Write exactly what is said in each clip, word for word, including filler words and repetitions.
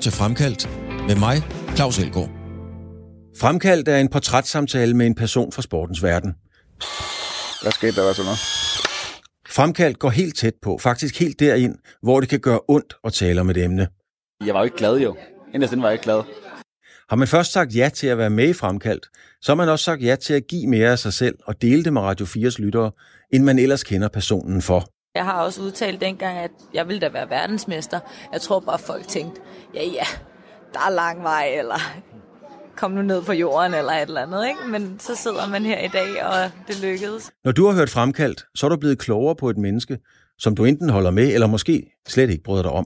til Fremkaldt med mig, Claus Elgaard. Fremkaldt er en portrætsamtale med en person fra sportens verden. Hvad skete der, hvad så noget? Fremkaldt går helt tæt på, faktisk helt derind, hvor det kan gøre ondt at tale om et emne. Jeg var jo ikke glad, jo. Inderst var jeg ikke glad. Har man først sagt ja til at være med i Fremkaldt, så har man også sagt ja til at give mere af sig selv og dele det med Radio fires lyttere, end man ellers kender personen for. Jeg har også udtalt dengang, at jeg ville da være verdensmester. Jeg tror bare, folk tænkte, ja ja, der er lang vej, eller kom nu ned på jorden, eller et eller andet, ikke? Men så sidder man her i dag, og det lykkedes. Når du har hørt Fremkaldt, så er du blevet klogere på et menneske, som du enten holder med, eller måske slet ikke bryder dig om.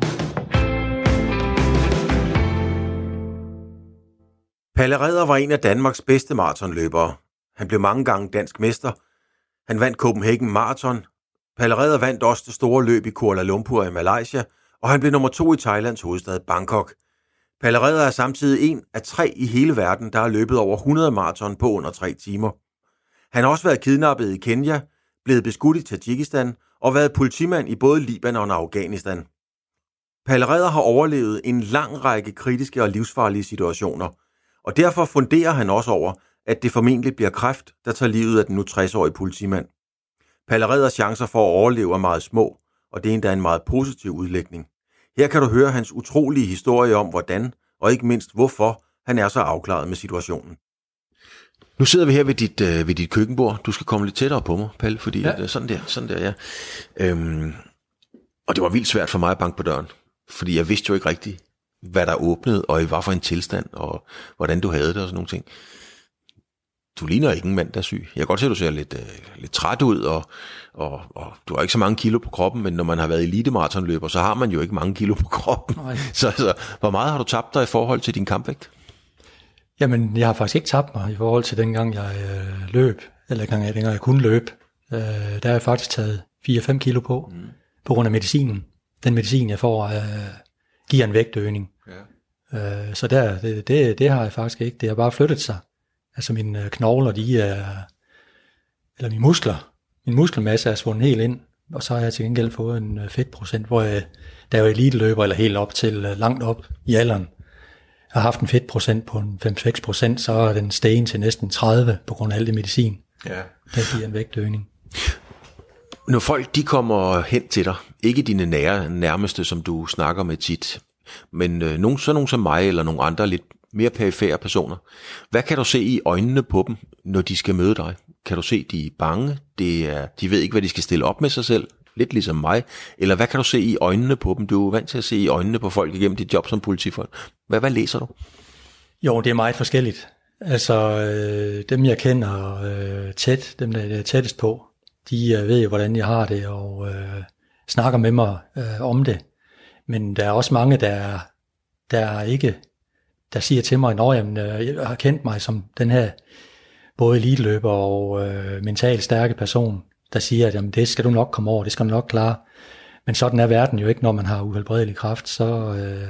Palle Ræder var en af Danmarks bedste maratonløbere. Han blev mange gange dansk mester. Han vandt Copenhagen Marathon. Palle Ræder vandt også det store løb i Kuala Lumpur i Malaysia, og han blev nummer to i Thailands hovedstad Bangkok. Palle Ræder er samtidig en af tre i hele verden, der har løbet over hundrede maraton på under tre timer. Han har også været kidnappet i Kenya, blevet beskudt i Tajikistan og været politimand i både Libanon og Afghanistan. Palle Ræder har overlevet en lang række kritiske og livsfarlige situationer, og derfor funderer han også over, at det formentlig bliver kræft, der tager livet af den nu tres-årige politimand. Palle Ræders chancer for at overleve er meget små, og det er endda en meget positiv udlægning. Her kan du høre hans utrolige historie om, hvordan og ikke mindst hvorfor han er så afklaret med situationen. Nu sidder vi her ved dit, øh, ved dit køkkenbord. Du skal komme lidt tættere på mig, Palle, fordi ja. øh, sådan der, sådan der, ja. Øhm, og det var vildt svært for mig at banke på døren, fordi jeg vidste jo ikke rigtigt, hvad der åbnede, og i hvad for en tilstand, og hvordan du havde det og sådan nogle ting. Du ligner ikke en mand, der er syg. Jeg kan godt se, at du ser lidt, øh, lidt træt ud, og, og, og du har ikke så mange kilo på kroppen, men når man har været elitemaratonløber, så har man jo ikke mange kilo på kroppen. Så, så hvor meget har du tabt dig i forhold til din kampvægt? Jamen, jeg har faktisk ikke tabt mig i forhold til dengang jeg øh, løb, eller dengang jeg, dengang jeg kunne løbe. Øh, der har jeg faktisk taget fire til fem kilo på, mm. på grund af medicinen. Den medicin, jeg får, øh, giver en vægtøgning. Ja. Øh, så der, det, det, det har jeg faktisk ikke. Det har bare flyttet sig. Altså mine knogler, de er, eller mine muskler, min muskelmasse er svundet helt ind, og så har jeg til gengæld fået en fedtprocent, hvor jeg, da jeg var eliteløber, eller helt op til langt op i alderen, jeg har haft en fedtprocent på en fem til seks procent, så er den stegen til næsten tredive på grund af alt det medicin. Ja. Det giver en vægtøgning. Når folk de kommer hen til dig, ikke dine nære, nærmeste, som du snakker med tit, men øh, nogen, så nogen som mig, eller nogle andre lidt mere perifære personer. Hvad kan du se i øjnene på dem, når de skal møde dig? Kan du se, de er bange? Det er, de ved ikke, hvad de skal stille op med sig selv? Lidt ligesom mig. Eller hvad kan du se i øjnene på dem? Du er vant til at se i øjnene på folk igennem dit job som politifolk. Hvad, hvad læser du? Jo, det er meget forskelligt. Altså, øh, dem jeg kender øh, tæt, dem der er tættest på, de øh, ved jo, hvordan jeg har det, og øh, snakker med mig øh, om det. Men der er også mange, der, der ikke... der siger til mig, at jeg har kendt mig som den her både eliteløber og øh, mentalt stærke person, der siger, at jamen, det skal du nok komme over, det skal du nok klare. Men sådan er verden jo ikke, når man har uhelbredelig kræft, så, øh,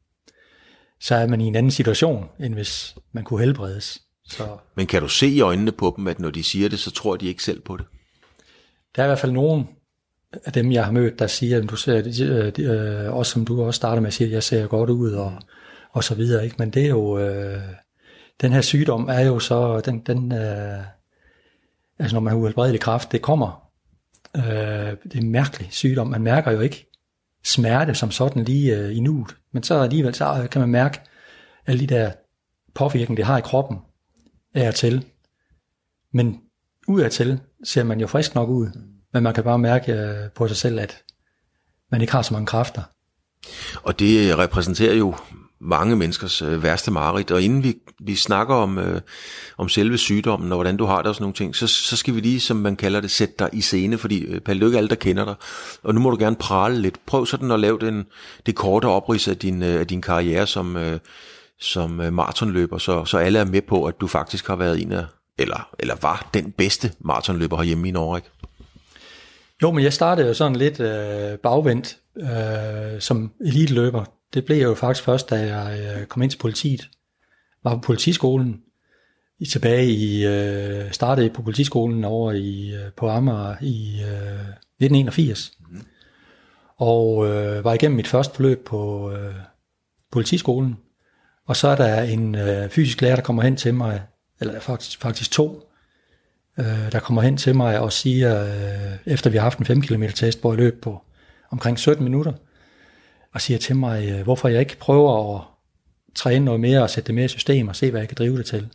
så er man i en anden situation, end hvis man kunne helbredes. Så. Men kan du se i øjnene på dem, at når de siger det, så tror de ikke selv på det? Der er i hvert fald nogen af dem, jeg har mødt, der siger, at du ser, øh, også som du også starter med at sige, at jeg ser godt ud, og og så videre, ikke? Men det er jo, øh, den her sygdom er jo så, den, den øh, altså når man har uhelbredelig kræft, det kommer, øh, det er en mærkelig sygdom, man mærker jo ikke smerte som sådan lige øh, i nuet, men så alligevel, så kan man mærke alle de der påvirkninger, det har i kroppen, af og til, men udadtil ser man jo frisk nok ud, men man kan bare mærke øh, på sig selv, at man ikke har så mange kræfter. Og det repræsenterer jo mange menneskers øh, værste mareridt, og inden vi, vi snakker om, øh, om selve sygdommen, og hvordan du har det og sådan nogle ting, så, så skal vi lige, som man kalder det, sætte dig i scene, fordi øh, Palle, det er ikke alle, der kender dig, og nu må du gerne prale lidt. Prøv sådan at lave den, det korte oprids af din, øh, af din karriere som, øh, som øh, maratonløber, så, så alle er med på, at du faktisk har været en af, eller, eller var den bedste maratonløber herhjemme i Norge, ikke? Jo, men jeg startede jo sådan lidt øh, bagvendt øh, som eliteløber. Det blev jeg jo faktisk først, da jeg kom ind til politiet. Var på politiskolen. I tilbage i, øh, startede på politiskolen over i, øh, på Amager i øh, nitten enogfirs. Mm. Og øh, var igennem mit første forløb på, øh, politiskolen, og så er der en øh, fysisk lærer, der kommer hen til mig, eller faktisk, faktisk to, øh, der kommer hen til mig og siger, øh, efter vi har haft en fem kilometer test, hvor jeg løb på omkring sytten minutter, og siger til mig, øh, hvorfor jeg ikke prøver at træne noget mere og sætte det mere i system og se, hvad jeg kan drive det til.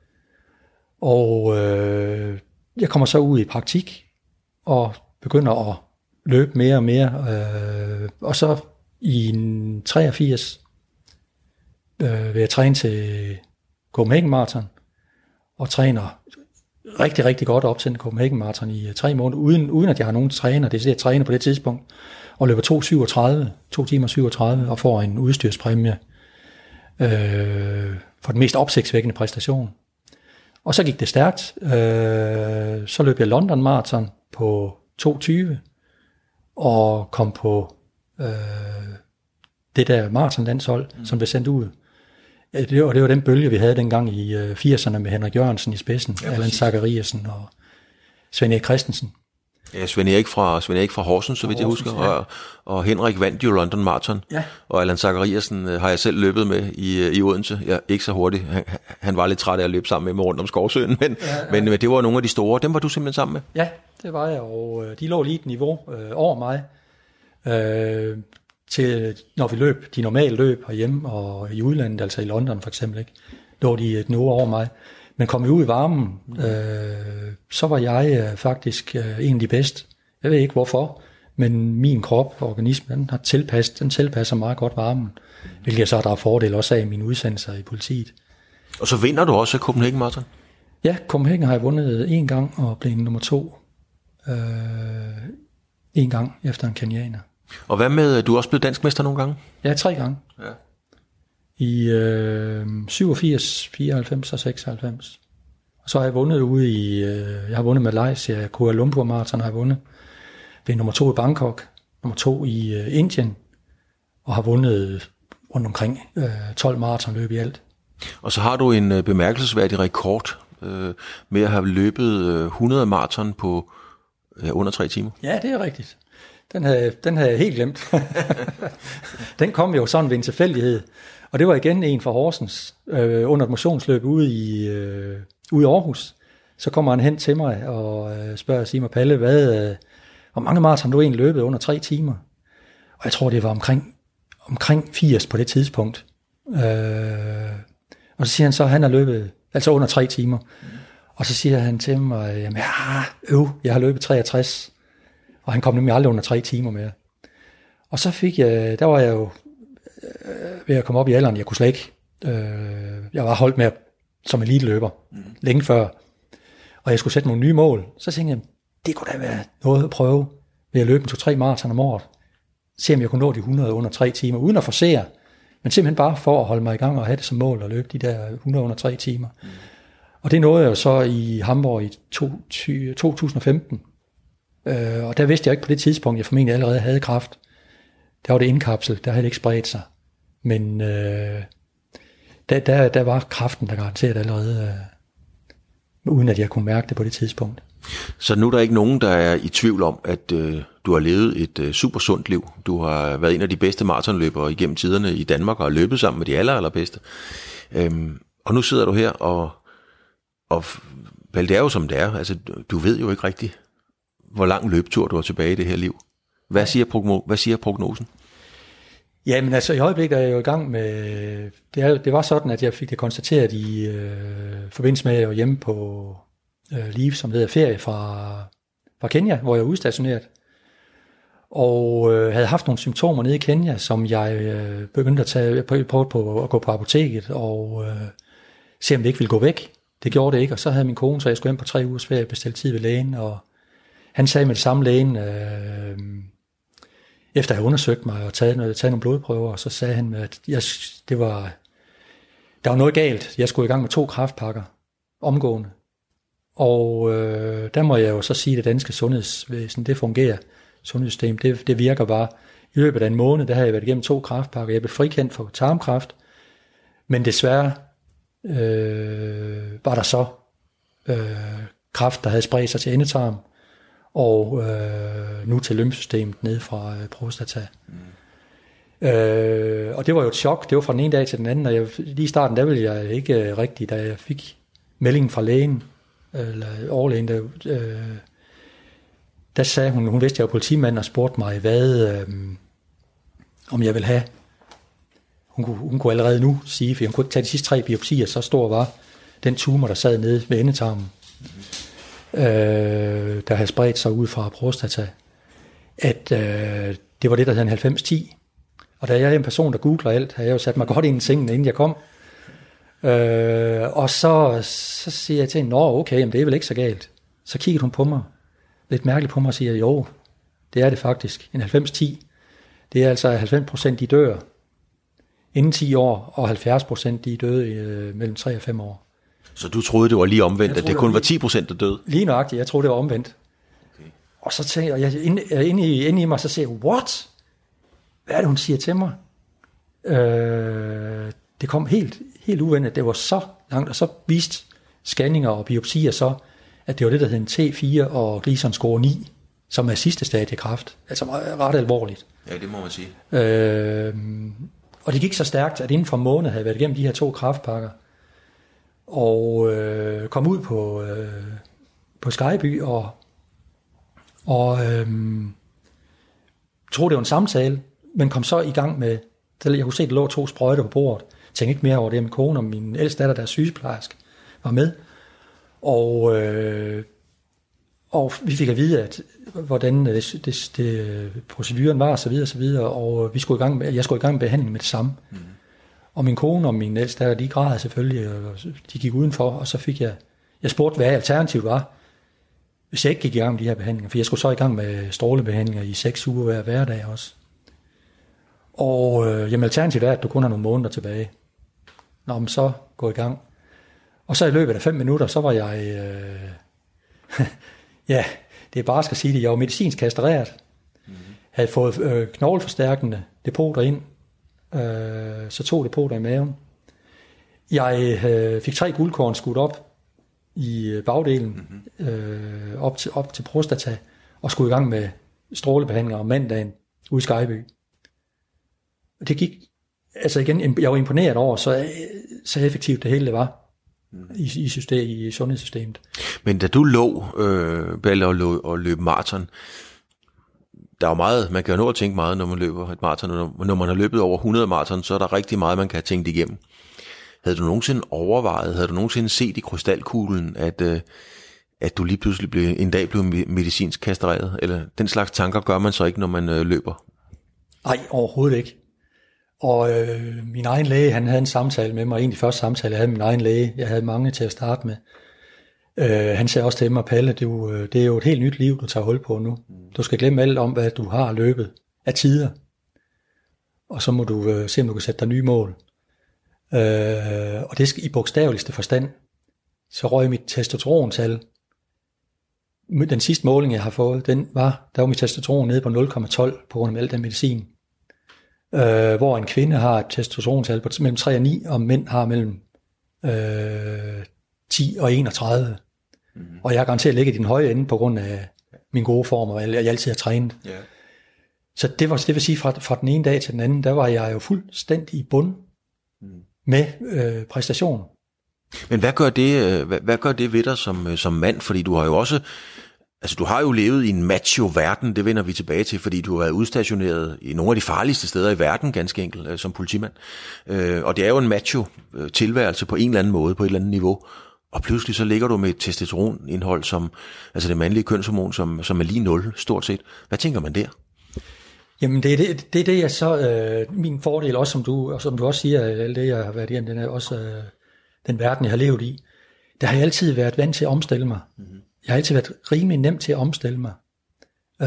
Og øh, jeg kommer så ud i praktik og begynder at løbe mere og mere. Øh, og så i treogfirs øh, vil jeg træne til Copenhagen Marathon og træner rigtig, rigtig godt op til Copenhagen Marathon i tre måneder, uden, uden at jeg har nogen træner. Det er jeg træner på det tidspunkt og løber to syvogtredive, to timer syvogtredive og får en udstyrspræmie øh, for den mest opsigtsvækkende præstation. Og så gik det stærkt. Øh, så løb jeg London Marathon på to tyve og kom på øh, det der maratonlandshold, mm. som blev sendt ud. Det var, det var den bølge, vi havde dengang i øh, firserne med Henrik Jørgensen i spidsen, ja, Allan Zachariasen og Svend Erik Christensen. Ja, Svend Erik fra, Svend Erik fra Horsens, så vidt jeg husker, ja. og, og Henrik vandt jo London Marathon, ja. Og Allan Zachariasen øh, har jeg selv løbet med i, i Odense. Jeg ikke så hurtigt. Han, han var lidt træt af at løbe sammen med mig rundt om Skovsøen, men, ja, ja. men, men det var nogle af de store. Dem var du simpelthen sammen med? Ja, det var jeg, og øh, de lå lige et niveau øh, over mig. Øh, til når vi løb, de normale løb herhjemme og i udlandet, altså i London for eksempel, ikke, lå de et niveau over mig. Men kom vi ud i varmen, øh, så var jeg øh, faktisk øh, en af de bedste. Jeg ved ikke hvorfor, men min krop og organisme, den har tilpasset, den tilpasser meget godt varmen, hvilket jeg så der er fordel også af mine udsendelser i politiet. Og så vinder du også Copenhagen Marathon? Ja, Copenhagen har jeg vundet en gang og blev nummer to øh, en gang efter en kenianer. Og hvad med, du er også blevet dansk mester nogle gange? Ja, tre gange. Ja. I øh, syvogfirs, fireoghalvfems og seksoghalvfems. Og så har jeg vundet ude i, øh, jeg har vundet Malaysia, Kuala Lumpur Marathon har jeg vundet. Ved nummer to i Bangkok, nummer to i øh, Indien, og har vundet rundt omkring øh, tolv maratonløb i alt. Og så har du en øh, bemærkelsesværdig rekord øh, med at have løbet øh, hundrede maraton på øh, under tre timer. Ja, det er rigtigt. Den havde, den havde jeg helt glemt. Den kom jo sådan ved en tilfældighed. Og det var igen en fra Horsens, øh, under et motionsløb ude i, øh, ude i Aarhus. Så kommer han hen til mig og øh, spørger, sig mig, Palle, hvad, øh, hvor mange maraton du egentlig løbet under tre timer? Og jeg tror, det var omkring, omkring firs på det tidspunkt. Øh, og så siger han så, at han har løbet, altså under tre timer. Mm. Og så siger han til mig, jamen ja, øv, jeg har løbet treogtres. Og han kom nemlig aldrig under tre timer mere. Og så fik jeg, der var jeg jo øh, ved at komme op i alderen, jeg kunne slet ikke, øh, jeg var holdt med som eliteløber, mm. længe før, og jeg skulle sætte nogle nye mål. Så tænkte jeg, det kunne da være noget at prøve, ved at løbe en to-tre maraton om året, se om jeg kunne nå de hundrede under tre timer, uden at forsere, men simpelthen bare for at holde mig i gang og have det som mål, og løbe de der hundrede under tre timer. Mm. Og det nåede jeg jo så i Hamburg i to tusind og femten, øh, og der vidste jeg ikke på det tidspunkt, jeg formentlig allerede havde kræft. Der var det indkapsel, der havde det ikke spredt sig. Men øh, der, der, der var kræften, der garanteret allerede, øh, uden at jeg kunne mærke det på det tidspunkt. Så nu er der ikke nogen, der er i tvivl om, at øh, du har levet et øh, super sundt liv. Du har været en af de bedste maratonløbere igennem tiderne i Danmark, og har løbet sammen med de aller, allerbedste. Øhm, og nu sidder du her, og, og vel, det er jo som det er. Altså, du ved jo ikke rigtigt, hvor lang løbetur du har tilbage i det her liv. Hvad siger, progno- hvad siger prognosen? Jamen altså i øjeblikket er jeg jo i gang med, det, er, det var sådan, at jeg fik det konstateret i øh, forbindelse med at jeg var hjemme på øh, Liv, som hedder ferie fra, fra Kenya, hvor jeg er udstationeret. Og øh, havde haft nogle symptomer nede i Kenya, som jeg øh, begyndte at tage, jeg prøvede på at gå på apoteket og øh, se om det ikke ville gå væk. Det gjorde det ikke, og så havde min kone, så jeg skulle hjem på tre ugers ferie, bestilte tid ved lægen, og han sagde med det samme lægen, øh, efter at have undersøgt mig og taget, noget, taget nogle blodprøver, så sagde han, at jeg, det var, der var noget galt. Jeg skulle i gang med to kræftpakker omgående. Og øh, der må jeg jo så sige, at det danske sundhedsvæsen, det fungerer. Sundhedssystem, det, det virker bare. I løbet af en måned, der har jeg været igennem to kræftpakker. Jeg blev frikendt for tarmkræft. Men desværre øh, var der så øh, kræft, der havde spredt sig til endetarm. Og øh, nu til lymfesystemet ned fra øh, prostata. Mm. Øh, og det var jo et chok, det var fra den ene dag til den anden, og jeg, lige i starten, der ville jeg ikke rigtig, da jeg fik meldingen fra lægen, eller overlægen, der, øh, der sagde hun, hun vidste, at jeg var politimand, og spurgte mig, hvad, øh, om jeg ville have. Hun kunne, hun kunne allerede nu sige, for hun kunne ikke tage de sidste tre biopsier, så stor var den tumor, der sad nede ved endetarmen, mm-hmm. øh, der havde spredt sig ud fra prostata, at øh, det var det, der hed en halvfems ti. Og da jeg er en person, der googler alt, har jeg jo sat mig godt ind i sengen, inden jeg kom. Øh, og så, så siger jeg til hende, nå okay, men det er vel ikke så galt. Så kiggede hun på mig, lidt mærkeligt på mig, og siger, jo, det er det faktisk. En halvfems ti, det er altså halvfems procent, de dør inden ti år, og halvfjerds procent, de er døde øh, mellem tre og fem år. Så du troede, det var lige omvendt, at det kun var ti procent, der døde? Lige nøjagtigt, jeg troede, det var omvendt. Okay. Og så tænkte jeg, inde, inde, i, inde i mig, så siger jeg, what? Hvad er det, hun siger til mig? Øh, det kom helt, helt uventet. Det var så langt, og så viste scanninger og biopsier så, at det var det, der hed en T fire og Gleason score ni, som er sidste stadie kræft. Altså ret alvorligt. Ja, det må man sige. Øh, og det gik så stærkt, at inden for en måned havde jeg været igennem de her to kræftpakker, og øh, kom ud på, øh, på Skyby, og, og øh, troede, det var en samtale, men kom så i gang med, jeg kunne se, at der lå to sprøjter på bordet. Jeg tænkte ikke mere over det, med kone og min ældste datter, der er sygeplejerske, var med. Og, øh, og vi fik at vide, at hvordan det, det, det, proceduren var, og så videre, og så videre, og vi skulle i gang med, jeg skulle i gang med behandling med det samme. Mm. Og min kone og min ældste datter, de græd selvfølgelig, og de gik udenfor, og så fik jeg, jeg spurgte, hvad alternativet var, hvis jeg ikke gik i gang med de her behandlinger, for jeg skulle så i gang med strålebehandlinger i seks uger hver hverdag også. Og øh, jamen, alternativet er, at du kun har nogle måneder tilbage. Nå, men så gå i gang. Og så i løbet af fem minutter, så var jeg, øh, ja, det er bare skal sige det, jeg var medicinsk kastreret, mm-hmm. havde fået øh, knogleforstærkende depoter ind, øh, så to depoter i maven. Jeg øh, fik tre guldkorn skudt op i bagdelen, mm-hmm. øh, op, til, op til prostata, og skulle i gang med strålebehandlinger om mandagen ude i Skyby. Det gik, altså igen, jeg var imponeret over, så, så effektivt det hele det var i, i, system, i sundhedssystemet. Men da du lå, øh, Balle, og, lå, og løb maraton, der er jo meget, man kan jo nå at tænke meget, når man løber et maraton, og når man har løbet over hundrede maraton, så er der rigtig meget, man kan have tænkt igennem. Havde du nogensinde overvejet, havde du nogensinde set i krystalkuglen, at, øh, at du lige pludselig blev, en dag blev medicinsk kastreret? Eller den slags tanker gør man så ikke, når man øh, løber? Nej, overhovedet ikke. Og øh, min egen læge, han havde en samtale med mig, egentlig første samtale, jeg havde med min egen læge, jeg havde mange til at starte med. Øh, han sagde også til mig, Palle, det er, jo, det er jo et helt nyt liv, du tager hul på nu. Du skal glemme alt om, hvad du har løbet af tider. Og så må du øh, se, om du kan sætte dig nye mål. Øh, og det skal i bogstaveligste forstand. Så røg mit testosterontal. Den sidste måling, jeg har fået, den var, der var mit testosteron nede på nul komma tolv på grund af al den medicin. Øh, hvor en kvinde har et testosterontal på mellem tre og ni, og mænd har mellem øh, ti og enogtredive. Mm-hmm. Og jeg er garanteret ligget i den høje ende på grund af min gode form, og jeg altid har trænet. Yeah. Så det, var, det vil sige, fra, fra den ene dag til den anden, der var jeg jo fuldstændig i bund mm. med øh, præstation. Men hvad gør det, hvad, hvad gør det ved dig som, som mand? Fordi du har jo også, altså du har jo levet i en macho-verden, det vender vi tilbage til, fordi du har været udstationeret i nogle af de farligste steder i verden, ganske enkelt, som politimand. Øh, og det er jo en macho-tilværelse på en eller anden måde, på et eller andet niveau. Og pludselig så ligger du med et testosteronindhold, som, altså det mandlige kønshormon, som, som er lige nul, stort set. Hvad tænker man der? Jamen det er det, det, er det jeg så, øh, min fordel også, som du, og som du også siger, alt det jeg har været igennem, den er også øh, den verden, jeg har levet i. Der har jeg altid været vant til at omstille mig. Mm-hmm. Jeg har altid været rimelig nem til at omstille mig. Øh,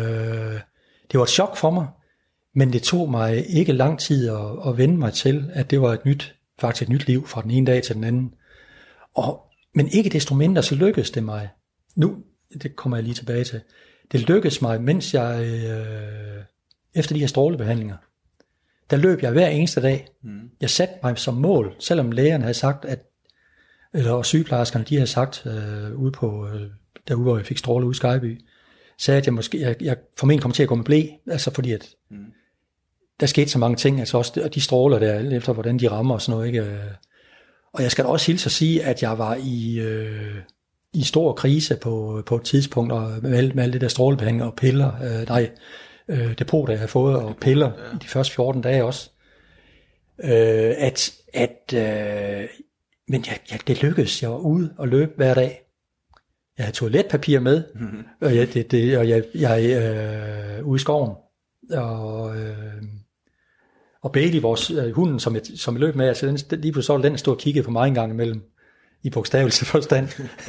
det var et chok for mig, men det tog mig ikke lang tid at, at vende mig til, at det var et nyt, faktisk et nyt liv fra den ene dag til den anden. Og, men ikke desto mindre, så lykkedes det mig. Nu, det kommer jeg lige tilbage til. Det lykkedes mig, mens jeg, øh, efter de her strålebehandlinger, der løb jeg hver eneste dag. Mm. Jeg satte mig som mål, selvom lægerne havde sagt, at, eller sygeplejerskerne, de havde sagt, øh, ude på, øh, derude hvor jeg fik stråle ude i Skyby, sagde, at jeg måske, jeg, jeg formentlig kommer til at gå med blæ, altså fordi at, mm. der skete så mange ting, altså også de stråler der, efter hvordan de rammer og sådan noget, ikke? Og jeg skal da også hilse at sige, at jeg var i, øh, i stor krise på, på et tidspunkt, og med, alt, med alt det der strålebehandling og piller, øh, nej, øh, depoter jeg havde fået, og piller ja. de første fjorten dage også, øh, at, at øh, men jeg, jeg, det lykkedes, jeg var ude og løbe hver dag. Jeg havde toiletpapir med, mm-hmm. og jeg, det, det, og jeg, jeg øh, ude i skoven, og, øh, og Bailey, vores øh, hunden, som jeg, som jeg løb med, altså den, lige pludselig så den stod og kiggede på mig en gang imellem, i bogstavelse forstand.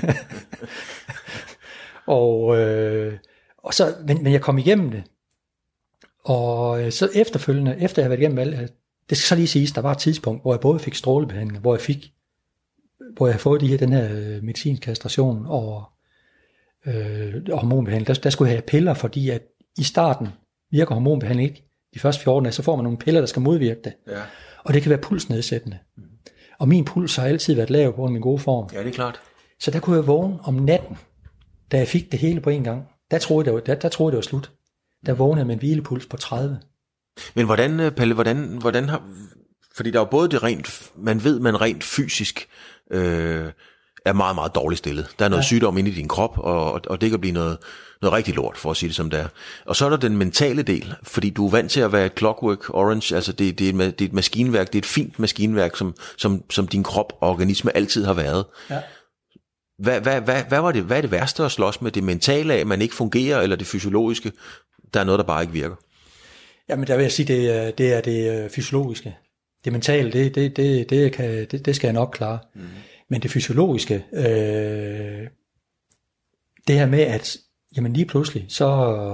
og, øh, og så, men, men jeg kom igennem det, og øh, så efterfølgende, efter jeg havde været igennem alt, det skal så lige siges, der var et tidspunkt, hvor jeg både fik strålebehandling, hvor jeg fik, hvor jeg havde fået de her, den her medicinsk kastration og, øh, og hormonbehandling, der, der skulle jeg have piller, fordi at i starten virker hormonbehandling ikke. De første fjorten dage, så får man nogle piller, der skal modvirke det. Ja. Og det kan være pulsnedsættende. Mm. Og min puls har altid været lav på grund af min gode form. Ja, det er klart. Så der kunne jeg vågne om natten, da jeg fik det hele på en gang. Der troede jeg, der, der troede jeg, det var slut. Der vågnede jeg med en hvilepuls på tredive. Men hvordan, Palle, hvordan, hvordan har... Fordi der er jo både det rent... Man ved, man rent fysisk øh, er meget, meget dårligt stillet. Der er noget ja. sygdom inde i din krop, og, og det kan blive noget, noget rigtig lort, for at sige det som det er. Og så er der den mentale del, fordi du er vant til at være et clockwork orange, altså det, det, er, et, det er et maskinværk, det er et fint maskinværk, som, som, som din krop og organisme altid har været. Ja. Hvad, hvad, hvad, hvad, var det, hvad er det værste at slås med? Det mentale af, at man ikke fungerer, eller det fysiologiske? Der er noget, der bare ikke virker. Jamen der vil jeg sige, det, det er det fysiologiske. Det mentale, det, det, det, det, kan, det, det skal jeg nok klare. Mm. Men det fysiologiske, øh, det her med, at jamen lige pludselig, så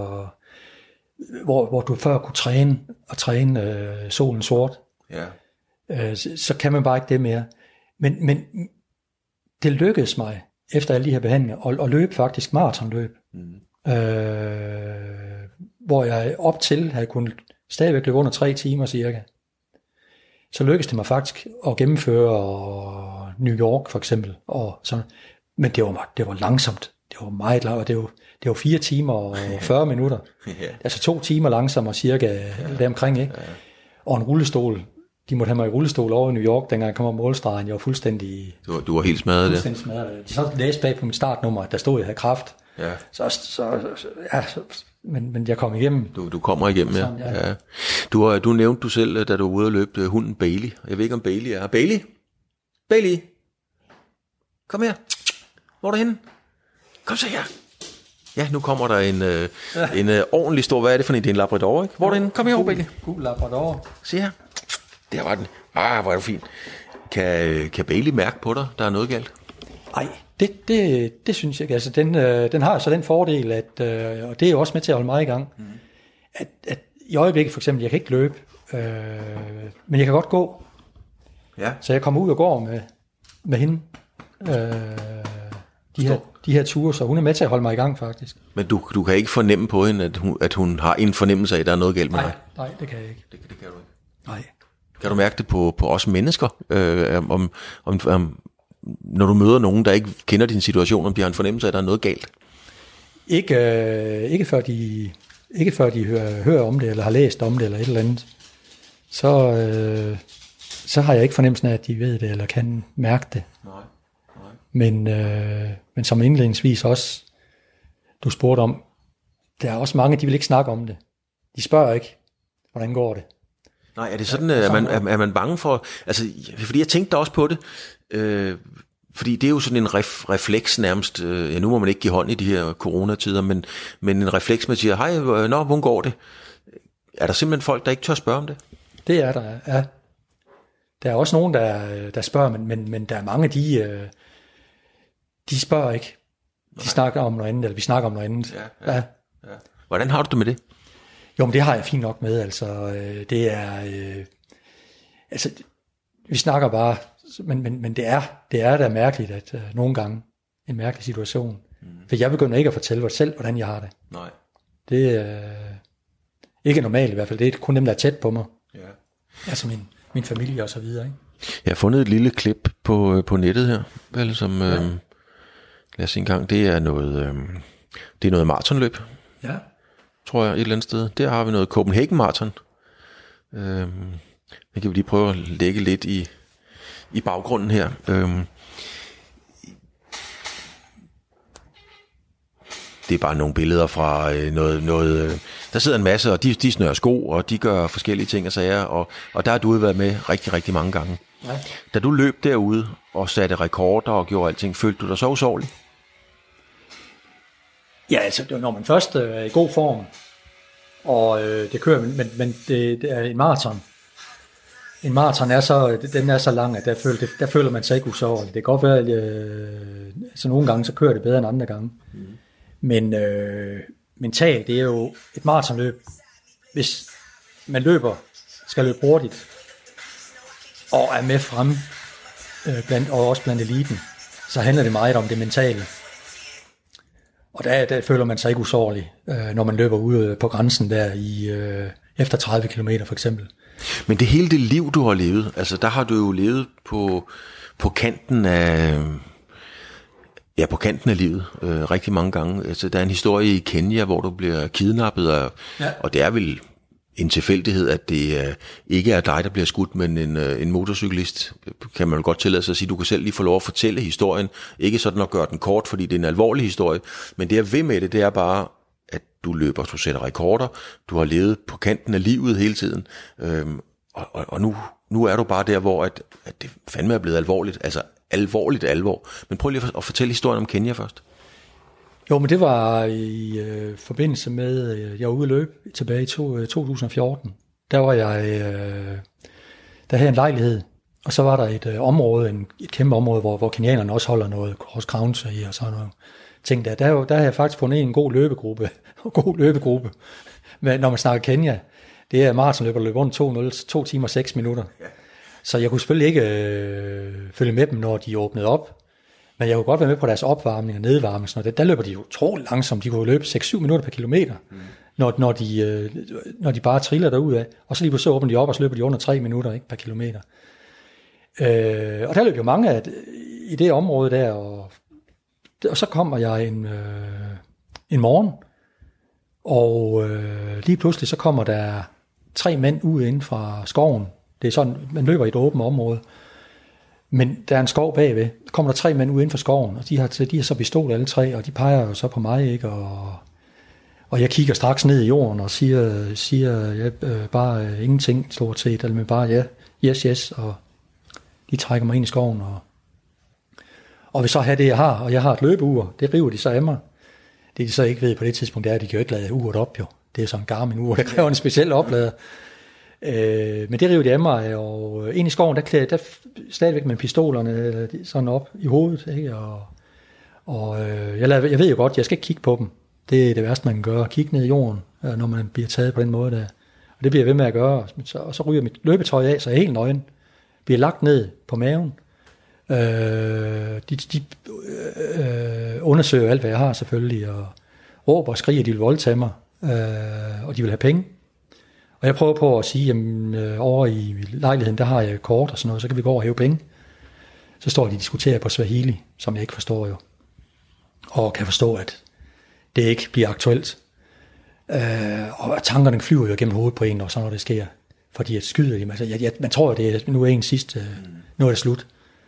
hvor, hvor du før kunne træne og træne øh, solen sort, ja. øh, så, så kan man bare ikke det mere. Men, men det lykkedes mig, efter alle de her behandlinger, at, at løbe faktisk maratonløb. Mm. Øh, hvor jeg op til havde kunnet stadigvæk løbe under tre timer cirka. Så lykkedes det mig faktisk at gennemføre New York for eksempel. Og sådan. Men det var, det var langsomt. Det var meget langsomt. Det var, det var fire timer og fyrre minutter. Yeah. Altså to timer langsommere cirka yeah. deromkring. Ikke? Yeah. Og en rullestol. De måtte have mig i rullestol over i New York, dengang jeg kom op målstregen. Jeg var fuldstændig... Du var, du var helt smadret der? Fuldstændig smadret. De så læste bag på mit startnummer, at der stod, at jeg havde kræft. Ja. Så, så, ja, så, men, men jeg kom igennem. Du, du kommer igennem, ja. Sådan, ja. ja. Du, har, du nævnte du selv, da du var ude og løbe, hunden Bailey. Jeg ved ikke, om Bailey er. Bailey? Bailey? Kom her. Hvor er du henne? Kom så her. Ja, nu kommer der en, øh, ja. en øh, ordentlig stor, hvad er det for en? Det er en labrador, ikke? Hvor er du henne? Kom her, Bailey. God labrador. Se her. Der var den. Ah, hvor er det fint. Kan, kan Bailey mærke på dig, der er noget galt? Nej. Det, det, det synes jeg ikke. Altså, den, øh, den har så den fordel, at, øh, og det er jo også med til at holde mig i gang, mm. at, at i øjeblikket for eksempel, jeg kan ikke løbe, øh, men jeg kan godt gå. Ja. Så jeg kommer ud og går med, med hende, øh, de, her, de her ture, så hun er med til at holde mig i gang faktisk. Men du, du kan ikke fornemme på hende, at hun, at hun har en fornemmelse af, at der er noget galt med nej, dig? Nej, det kan jeg ikke. Det, det kan du ikke? Nej. Kan du mærke det på, på os mennesker, øh, om, om, om når du møder nogen, der ikke kender din situation, om de har en fornemmelse af, at der er noget galt? Ikke, øh, ikke før de, ikke før de hører, hører om det, eller har læst om det, eller et eller andet. Så, øh, så har jeg ikke fornemmelsen af, at de ved det, eller kan mærke det. Nej, nej. Men, øh, men som indledningsvis også, du spurgte om, der er også mange, de vil ikke snakke om det. De spørger ikke, hvordan går det? Nej, er det sådan, ja, er, man, er, er man bange for, altså, fordi jeg tænkte også på det, øh, fordi det er jo sådan en ref, refleks nærmest, øh, ja nu må man ikke give hånd i de her coronatider, men, men en refleks, man siger, hej, nå, hvordan går det? Er der simpelthen folk, der ikke tør spørge om det? Det er der, ja. Der er også nogen, der, der spørger, men, men, men der er mange, de, øh, de spørger ikke. De Nej. snakker om noget andet, eller vi snakker om noget andet. Ja, ja, ja. Ja. Hvordan har du det med det? Jo, men det har jeg fint nok med, altså, øh, det er, øh, altså, vi snakker bare, men, men, men det er, det er da mærkeligt, at øh, nogle gange, en mærkelig situation, mm. for jeg begynder ikke at fortælle mig selv, hvordan jeg har det. Nej. Det er øh, ikke normalt i hvert fald, det er kun dem, der er tæt på mig, ja. Altså min, min familie og så videre, ikke? Jeg har fundet et lille klip på, på nettet her, vel, som, ja. øh, lad os se en gang, det er noget, øh, det er noget maratonløb. Ja. Tror jeg, et eller andet sted. Der har vi noget Copenhagen Marathon. Øhm, det kan vi lige prøve at lægge lidt i, i baggrunden her. Øhm, det er bare nogle billeder fra øh, noget... noget øh, der sidder en masse, og de, de snører sko, og de gør forskellige ting og sager, og, og der har du været med rigtig, rigtig mange gange. Ja. Da du løb derude og satte rekorder og gjorde alting, følte du dig så usårlig? Ja, altså når man først øh, er i god form, og øh, det kører, men, men det, det er en maraton. En maraton er så, den er så lang, at der føler, der føler man sig ikke usårlig. Det kan godt være, at øh, altså nogle gange så kører det bedre end andre gange. Mm. Men øh, mentalt, det er jo et maratonløb. Hvis man løber, skal løbe hurtigt, og er med frem, øh, blandt, og også blandt eliten, så handler det meget om det mentale. Og der, der føler man sig ikke usårlig, øh, når man løber ude på grænsen der i øh, efter tredive kilometer for eksempel. Men det hele det liv, du har levet, altså der har du jo levet på, på kanten af... Ja, på kanten af livet øh, rigtig mange gange. Altså, der er en historie i Kenya, hvor du bliver kidnappet, og, ja. og det er vel en tilfældighed, at det øh, ikke er dig, der bliver skudt, men en, øh, en motorcyklist. Kan man jo godt tillade sig at sige, du kan selv lige få lov at fortælle historien. Ikke sådan at gøre den kort, fordi det er en alvorlig historie, men det jeg ved med det, det er bare, at du løber, du sætter rekorder, du har levet på kanten af livet hele tiden, øhm, og, og, og nu, nu er du bare der, hvor at, at det fandme er blevet alvorligt, altså alvorligt alvor. Men prøv lige at fortælle historien om Kenya først. Jo, men det var i øh, forbindelse med, øh, jeg var ude at løbe tilbage i to, øh, to tusind og fjorten. Der var jeg, øh, der havde en lejlighed, og så var der et øh, område, en, et kæmpe område, hvor, hvor kenianerne også holder noget cross country i og sådan noget. Ting der. Der, der har jeg faktisk fundet en god løbegruppe, god løbegruppe. Men når man snakker Kenya, det er maratonløber, der løber under to timer og seks minutter. Så jeg kunne selvfølgelig ikke øh, følge med dem, når de åbnede op. Men jeg kunne godt være med på deres opvarmning og nedvarmning. Der, der løber de jo utroligt langsomt. De kunne løbe seks til syv minutter per kilometer, mm. når, når, de, øh, når de bare triller derudad. Og så lige pludselig åbner de op, og så løber de under tre minutter ikke, per kilometer. Øh, og der løb jo mange af, i det område der. Og, og så kommer jeg en, øh, en morgen, og øh, lige pludselig så kommer der tre mænd ud inden fra skoven. Det er sådan, man løber i et åbent område. Men der er en skov bagved. Så kommer der tre mænd ud inden for skoven, og de har, de har så pistol alle tre, og de peger jo så på mig, ikke? Og, og jeg kigger straks ned i jorden og siger, siger ja, øh, bare øh, ingenting stort set, eller men bare ja, yes, yes, og de trækker mig ind i skoven. Og, og vil så have det, jeg har, og jeg har et løbeur, det river de så af mig. Det de så ikke ved på det tidspunkt, det er, at de kan jo ikke lade uret op, jo. Det er sådan en Garmin-ur, der kræver en speciel oplader. Øh, men det river de af mig, og ind i skoven, der klæder der stadigvæk med pistolerne sådan op i hovedet, ikke? Og, og øh, jeg, lader, jeg ved jo godt, jeg skal ikke kigge på dem. Det er det værste, man kan gøre, kigge ned i jorden, når man bliver taget på den måde der. Og det bliver jeg ved med at gøre, og så, og så ryger mit løbetøj af, så jeg er helt nøgen. Bliver lagt ned på maven. Øh, de de øh, undersøger alt, hvad jeg har selvfølgelig, og råber og skriger, at de vil voldtage mig, øh, og de vil have penge. Og jeg prøver på at sige, jamen øh, over i lejligheden, der har jeg kort og sådan noget, så kan vi gå over og hæve penge. Så står de og diskuterer på Swahili, som jeg ikke forstår jo. Og kan forstå, at det ikke bliver aktuelt. Øh, og tankerne flyver jo gennem hovedet på en, og så når det sker. Fordi at skyder de, altså, jeg, jeg, man tror, at det er, nu er en sidste, øh, nu er det slut.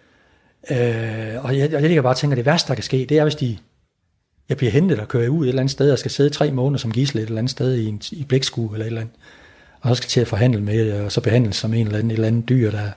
Øh, og jeg, jeg ligger bare og tænker, at det værste, der kan ske, det er, hvis de, jeg bliver hentet og kører ud et eller andet sted, og skal sidde tre måneder som gidsel et eller andet sted i, en, i blækskue eller et eller andet. Og så skal til at forhandle med det, og så behandles som en eller anden, et eller andet dyr, der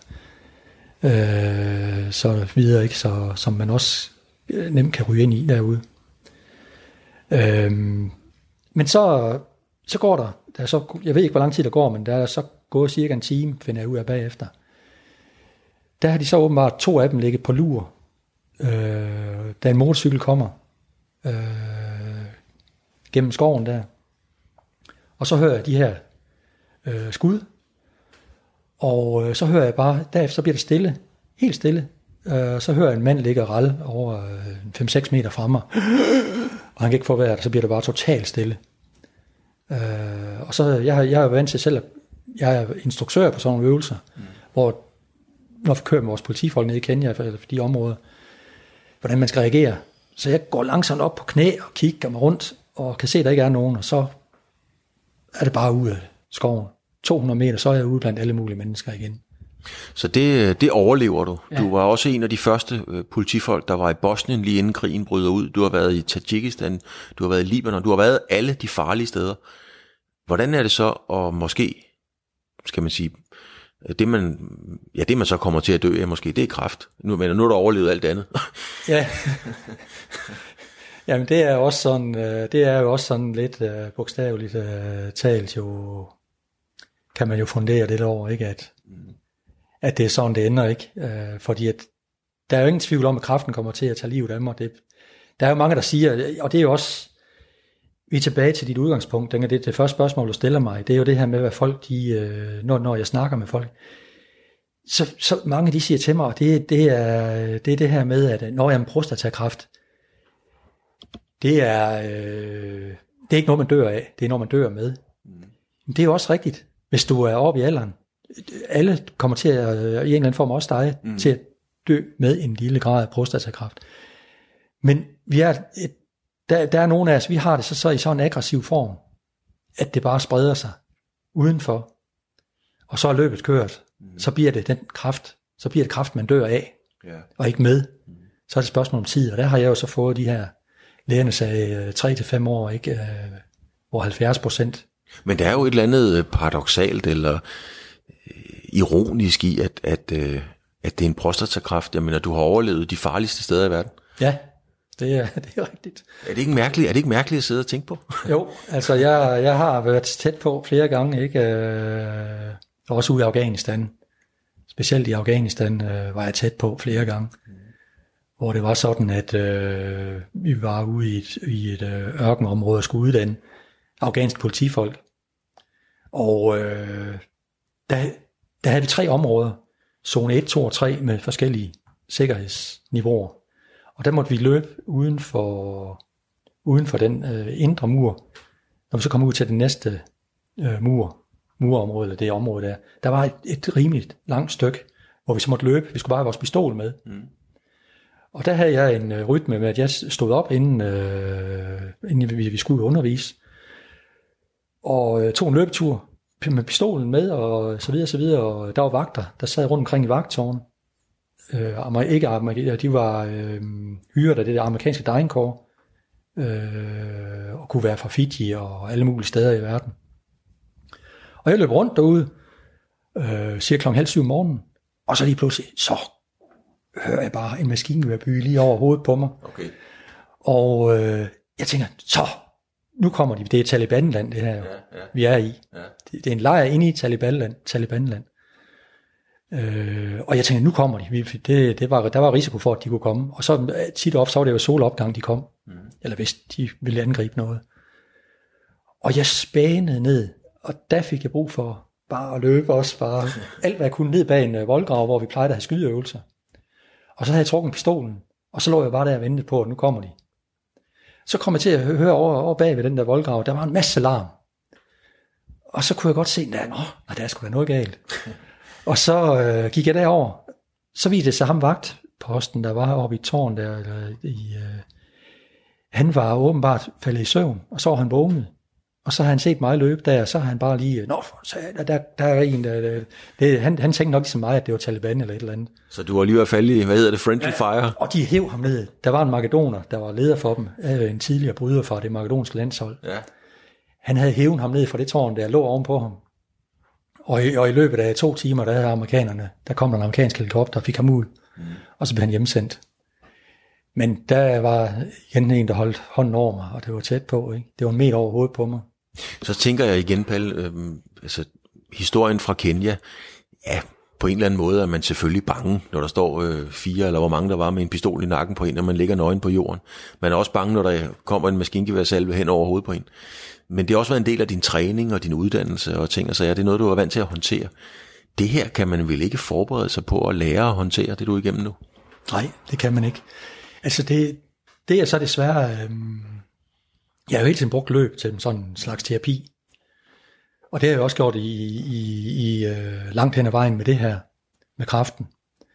øh, så videre, ikke? Så, som man også nemt kan ryge ind i derude. Øh, men så, så går der, der er så, jeg ved ikke, hvor lang tid der går, men der er så gået cirka en time, finder jeg ud af bagefter. Der har de så åbenbart to af dem ligget på lur, øh, da en motorcykel kommer øh, gennem skoven der. Og så hører jeg de her øh, skud, og øh, så hører jeg bare, derefter så bliver det stille, helt stille. Øh, så hører jeg en mand ligge og ralle over øh, fem seks meter fra mig, og han kan ikke få vejret, og så bliver det bare totalt stille. Øh, og så, jeg, jeg er jo vant til selv, at jeg er instruktør på sådan nogle øvelser, mm. hvor når vi kører med vores politifolk nede i Kenya, eller for de områder, hvordan man skal reagere. Så jeg går langsomt op på knæ og kigger mig rundt, og kan se, at der ikke er nogen, og så er det bare ud af skoven. to hundrede meter, så er jeg ude blandt alle mulige mennesker igen. Så det, det overlever du. Ja. Du var også en af de første øh, politifolk, der var i Bosnien lige inden krigen bryder ud. Du har været i Tadsjikistan, du har været i Libanon, du har været alle de farlige steder. Hvordan er det så at måske, skal man sige, det man, ja, det man så kommer til at dø af måske, det er kræft. Nu, men nu har du overlevet alt andet. Ja. Jamen det er også sådan, det er jo også sådan lidt uh, bogstaveligt uh, talt jo, kan man jo fundere lidt over, ikke, at, mm. at det er sådan, det ender, ikke, uh, fordi at der er jo ingen tvivl om, at kræften kommer til at tage livet af mig. Det, der er jo mange, der siger, og det er jo også, vi er tilbage til dit udgangspunkt, det er det, det første spørgsmål, du stiller mig, det er jo det her med, hvad folk, de, uh, når, når jeg snakker med folk, så, så mange de siger til mig, og det, det, er, det er det her med, at når jeg er prostatakræft, det er, øh, det er ikke noget, man dør af, det er noget, man dør med. Mm. Men det er jo også rigtigt, hvis du er oppe i alderen. Alle kommer til at, i en eller anden form også dig, mm. til at dø med en lille grad af prostatakræft. Men vi er, et, der, der er nogle af os, vi har det så, så i sådan en aggressiv form, at det bare spreder sig udenfor, og så er løbet kørt, mm. så bliver det den kræft, så bliver det kræft, man dør af, yeah. og ikke med. Mm. Så er det et spørgsmål om tid, og der har jeg jo så fået de her, lægerne sagde tre til fem år, ikke, hvor halvfjerds procent. Men der er jo et eller andet paradoksalt eller ironisk i, at, at, at det er en prostatakræft. Jeg mener, du har overlevet de farligste steder i verden. Ja, det er, det er rigtigt. Er det ikke mærkeligt, er det ikke mærkeligt at sidde og tænke på? Jo, altså jeg, jeg har været tæt på flere gange, ikke, øh, også ude i Afghanistan. Specielt i Afghanistan øh, var jeg tæt på flere gange. Hvor det var sådan, at øh, vi var ude i et, i et øh, ørkenområde og skulle uddanne afghanske politifolk. Og øh, der, der havde vi tre områder, zone et, to og tre, med forskellige sikkerhedsniveauer. Og der måtte vi løbe uden for, uden for den øh, indre mur. Når vi så kom ud til den næste øh, mur, murområde, eller det område der, der var et, et rimeligt langt stykke, hvor vi så måtte løbe. Vi skulle bare have vores pistol med. Mm. Og der havde jeg en øh, rytme med, at jeg stod op, inden, øh, inden vi, vi skulle undervise, og øh, tog en løbetur med pistolen med, og så videre, så videre, og der var vagter, der sad rundt omkring i vagttårnen. Øh, ikke amerikanere, de var øh, hyret af det der amerikanske Dyncorps, øh, og kunne være fra Fiji og alle mulige steder i verden. Og jeg løb rundt derude, øh, cirka klokken halv syv om morgenen, og så lige pludselig, så hører jeg bare en maskingeværby lige over hovedet på mig. Okay. Og øh, jeg tænker, så, nu kommer de, det er Talibanland, det her, ja, ja. vi er i. Ja. Det, det er en lejr inde i Talibanland. Talibanland. Øh, og jeg tænker, nu kommer de. Det, det var, der var risiko for, at de kunne komme. Og så tit og ofte, så var det jo solopgang, de kom. Mm. Eller hvis de ville angribe noget. Og jeg spænede ned, og der fik jeg brug for bare at løbe også, bare alt hvad jeg kunne ned bag en voldgrav, hvor vi plejede at have skydeøvelser. Og så havde jeg trukket pistolen, og så lå jeg bare der og ventede på, at nu kommer de. Så kom jeg til at høre over, over bag ved den der voldgrav, der var en masse larm. Og så kunne jeg godt se, at der, der skulle være noget galt. Og så øh, gik jeg derover. Så viste det sig ham vagtposten, der var oppe i tårn der. Eller i, øh, han var åbenbart faldet i søvn, og så var han vågnet. Og så har han set mig løbe der, og så har han bare lige, nå, så der, der, der er en, der, det, han, han tænkte nok ligesom mig, at det var Taliban eller et eller andet. Så du var lige ved at falde i, hvad hedder det, friendly fire? Ja, og de hæv ham ned. Der var en makedoner, der var leder for dem, en tidligere bryder fra det makedonske landshold. Ja. Han havde hævet ham ned fra det tårn, der lå ovenpå ham. Og i, og i løbet af to timer, der havde amerikanerne, der kom der en amerikansk helikopter og fik ham ud, mm. og så blev han hjemsendt. Men der var igen en, der holdt hånden over mig, og det var tæt på, ikke? Det var en meter over hovedet på mig. Så tænker jeg igen, Palle, øh, altså historien fra Kenya, ja, på en eller anden måde er man selvfølgelig bange, når der står øh, fire, eller hvor mange der var med en pistol i nakken på en, og man ligger nøgen på jorden. Man er også bange, når der kommer en maskingeværsalve hen over hovedet på en. Men det har også været en del af din træning og din uddannelse og ting og sager. Det er noget, du er vant til at håndtere. Det her kan man vel ikke forberede sig på at lære at håndtere, det du er igennem nu? Nej, det kan man ikke. Altså det, det er så desværre... Øh... Jeg har jo hele tiden brugt løb til sådan en slags terapi. Og det har jeg også gjort i, i, i øh, langt hen ad vejen med det her, med kræften.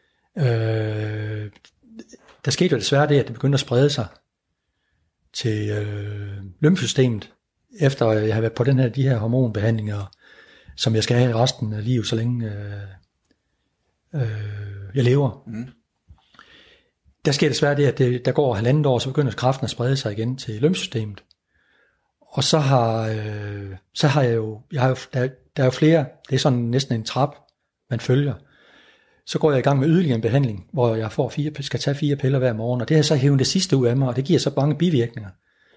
Øh, der skete jo desværre det, at det begyndte at sprede sig til øh, lymfesystemet, efter jeg har været på den her, de her hormonbehandlinger, som jeg skal have resten af livet, så længe øh, øh, jeg lever. Mm. Der sker desværre det, at det, der går halvandet år, så begynder kraften at sprede sig igen til lymfesystemet. Og så har, øh, så har jeg jo, jeg har jo der, der er jo flere, det er sådan næsten en trap, man følger. Så går jeg i gang med yderligere en behandling, hvor jeg får fire, skal tage fire piller hver morgen, og det har så hævet det sidste ud af mig, og det giver så mange bivirkninger.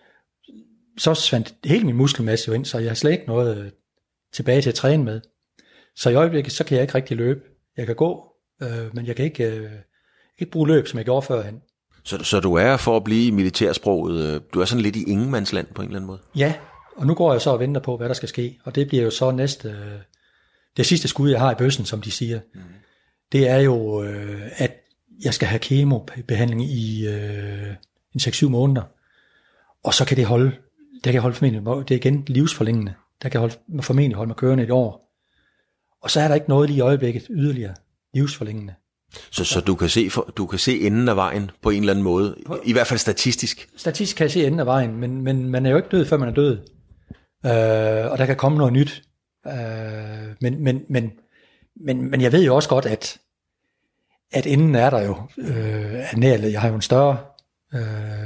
Så svandt hele min muskelmasse jo ind, så jeg har slet ikke noget øh, tilbage til at træne med. Så i øjeblikket, så kan jeg ikke rigtig løbe. Jeg kan gå, øh, men jeg kan ikke, øh, jeg kan ikke bruge løb, som jeg gjorde førhen. Så, så du er, for at blive i militærsproget, du er sådan lidt i ingenmandsland på en eller anden måde? Ja, og nu går jeg så og venter på, hvad der skal ske, og det bliver jo så næste, øh, det sidste skud, jeg har i bøssen, som de siger. Mm. Det er jo, øh, at jeg skal have kemobehandling i øh, en seks syv måneder, og så kan det holde, det kan holde formentlig, det er igen livsforlængende, der kan holde, formentlig holde mig kørende et år. Og så er der ikke noget lige i øjeblikket yderligere livsforlængende. Så, så du, kan se for, du kan se enden af vejen på en eller anden måde, i hvert fald statistisk? Statistisk kan jeg se enden af vejen, men, men man er jo ikke død, før man er død. Øh, og der kan komme noget nyt. Øh, men, men, men, men, men jeg ved jo også godt, at, at enden er der jo. Øh, at jeg har jo en større øh,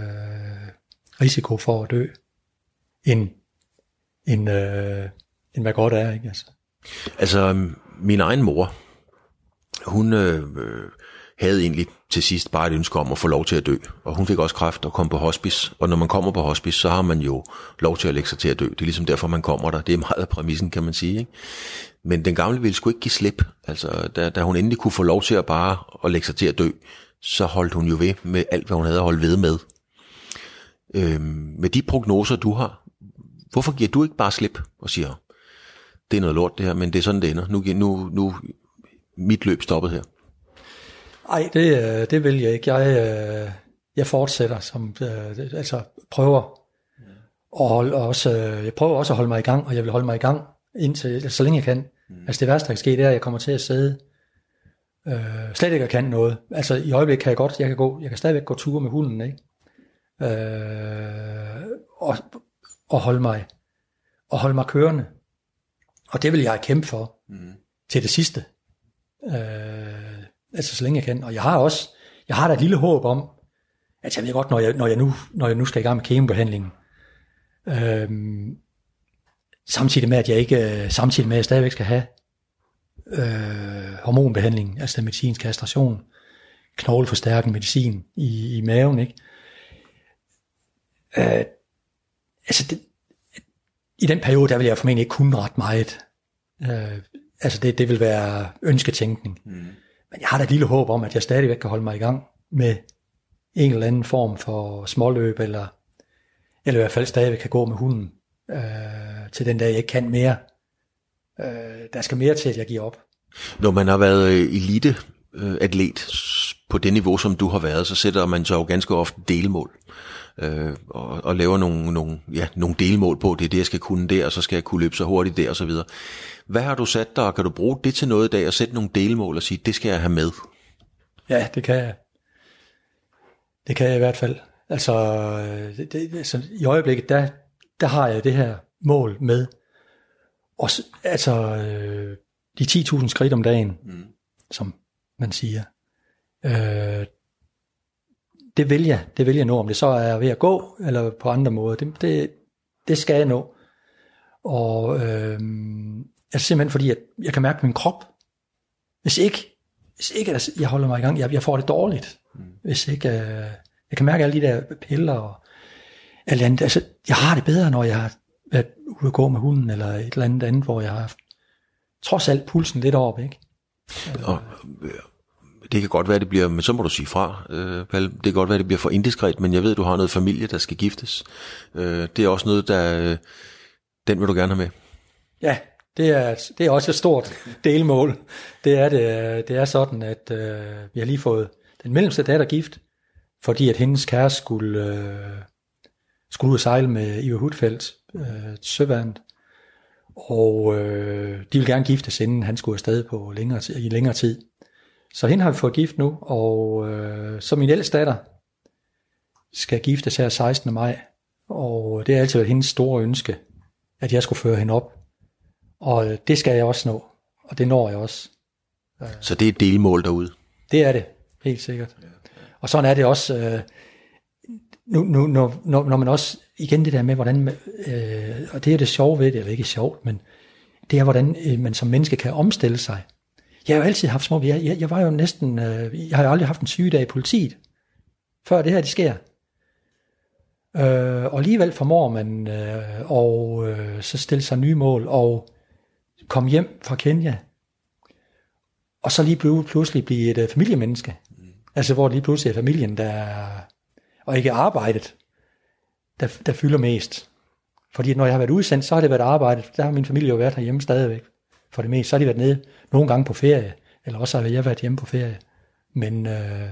risiko for at dø, end, end, øh, end hvad godt er. Ikke? Altså. altså, min egen mor, hun øh, havde egentlig til sidst bare et ønske om at få lov til at dø, og hun fik også kræft og kom på hospice, og når man kommer på hospice, så har man jo lov til at lægge sig til at dø. Det er ligesom derfor, man kommer der. Det er meget af præmissen, kan man sige. Ikke? Men den gamle ville sgu ikke give slip. Altså, da, da hun endelig kunne få lov til at bare at lægge sig til at dø, så holdt hun jo ved med alt, hvad hun havde at holde ved med. Øhm, med de prognoser, du har, hvorfor giver du ikke bare slip og siger, det er noget lort det her, men det er sådan, det ender. Nu, nu, nu mit løb stoppet her. Ej, det, det vil jeg ikke. Jeg, jeg fortsætter, som, altså prøver at holde, også, jeg prøver også at holde mig i gang, og jeg vil holde mig i gang, indtil, så længe jeg kan. Mm. Altså det værste, der kan ske, det er, at jeg kommer til at sidde, øh, slet ikke at kan noget. Altså i øjeblikket kan jeg godt, jeg kan, gå, jeg kan stadigvæk gå ture med hunden, ikke? Øh, og, og, holde mig, og holde mig kørende. Og det vil jeg kæmpe for, mm. til det sidste. Øh, altså så længe jeg kan. Og jeg har også, jeg har da et lille håb om, at jeg ved godt, når jeg, når jeg, nu, når jeg nu skal i gang med kemobehandlingen, øh, samtidig med, at jeg ikke, samtidig med, at jeg stadigvæk skal have øh, hormonbehandling, altså den medicinsk kastration, knogleforstærkende medicin i, i maven, ikke? Øh, altså det, i den periode, der vil jeg formentlig ikke kunne ret meget. Øh, altså det, det vil være ønsketænkning. Mm. Men jeg har da et lille håb om, at jeg stadigvæk kan holde mig i gang med en eller anden form for småløb, eller, eller i hvert fald stadigvæk kan gå med hunden øh, til den dag, jeg ikke kan mere. Øh, der skal mere til, at jeg giver op. Når man har været elite øh, atlet på det niveau, som du har været, så sætter man så jo ganske ofte delmål. Øh, og, og laver nogle, nogle, ja, nogle delmål på, det er det, jeg skal kunne der, og så skal jeg kunne løbe så hurtigt der, og så videre. Hvad har du sat dig, og kan du bruge det til noget i dag, og sætte nogle delmål og sige, det skal jeg have med? Ja, det kan jeg. Det kan jeg i hvert fald. Altså, det, det, altså i øjeblikket, der, der har jeg det her mål med. Og altså, øh, de ti tusind skridt om dagen, mm. som man siger. Øh, det vil jeg, det vil jeg nå, om det så er ved at gå, eller på andre måder. Det, det, det skal jeg nå. Og øh, altså simpelthen fordi, at jeg kan mærke min krop. Hvis ikke, hvis ikke at jeg holder mig i gang, jeg, jeg får det dårligt. Mm. Hvis ikke, øh, jeg kan mærke alle de der piller og alt andet. Altså, jeg har det bedre, når jeg har været ude at gå med hunden, eller et eller andet andet, hvor jeg har haft trods alt pulsen lidt op, ikke? Og, det kan godt være, det bliver, men så må du sige fra, øh, Palle. Det kan godt være, det bliver for indiskret, men jeg ved, du har noget familie, der skal giftes. Øh, det er også noget, der, øh, den vil du gerne have med. Ja, det er, det er også et stort delmål. Det er, det, det er sådan, at øh, vi har lige fået den mellemste datter gift, fordi at hendes kæreste skulle, øh, skulle ud og sejle med Iver Hudfeldt, øh, søværnet. Og øh, de vil gerne giftes, inden han skulle afsted på længere, i længere tid. Så hende har vi fået gift nu, og øh, så min ældste datter skal giftes her sekstende maj, og det har altid været hendes store ønske, at jeg skulle føre hende op Og det skal jeg også nå, og det når jeg også. Så det er et delmål derude? Det er det, helt sikkert. Og sådan er det også, øh, nu, nu, når, når man også, igen det der med, hvordan, øh, og det er det sjove ved det, eller ikke sjovt, men det er, hvordan øh, man som menneske kan omstille sig. Jeg har jo altid haft små, jeg, jeg, jeg var jo næsten, øh, jeg har jo aldrig haft en sygedag i politiet, før det her, det sker. Øh, og alligevel formår man øh, og øh, så stille sig nye mål, og komme hjem fra Kenya, og så lige pludselig blive et uh, familiemenneske. Mm. Altså hvor lige pludselig er familien, der, og ikke arbejdet, der, der fylder mest. Fordi når jeg har været udsendt, så har det været arbejdet. Der har min familie jo været herhjemme stadigvæk. For det meste, så har de været nede nogle gange på ferie, eller også har jeg været hjemme på ferie. Men, øh,